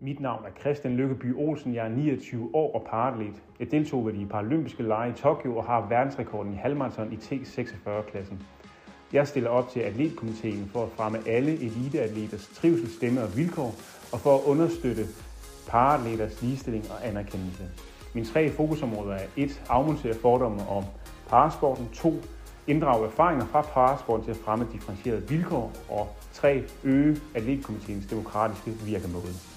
Mit navn er Christian Lykkeby Olsen. Jeg er 29 år og paraatlet. Jeg deltog ved de paralympiske lege i Tokyo og har verdensrekorden i halvmarathon i T46-klassen. Jeg stiller op til atletkomiteen for at fremme alle eliteatleters trivsel, stemme og vilkår, og for at understøtte paraatleters ligestilling og anerkendelse. Mine 3 fokusområder er 1. Afmontere fordomme om parasporten, 2. Inddrage erfaringer fra parasporten til at fremme differentierede vilkår, og 3. Øge atletkomiteens demokratiske virkemåde.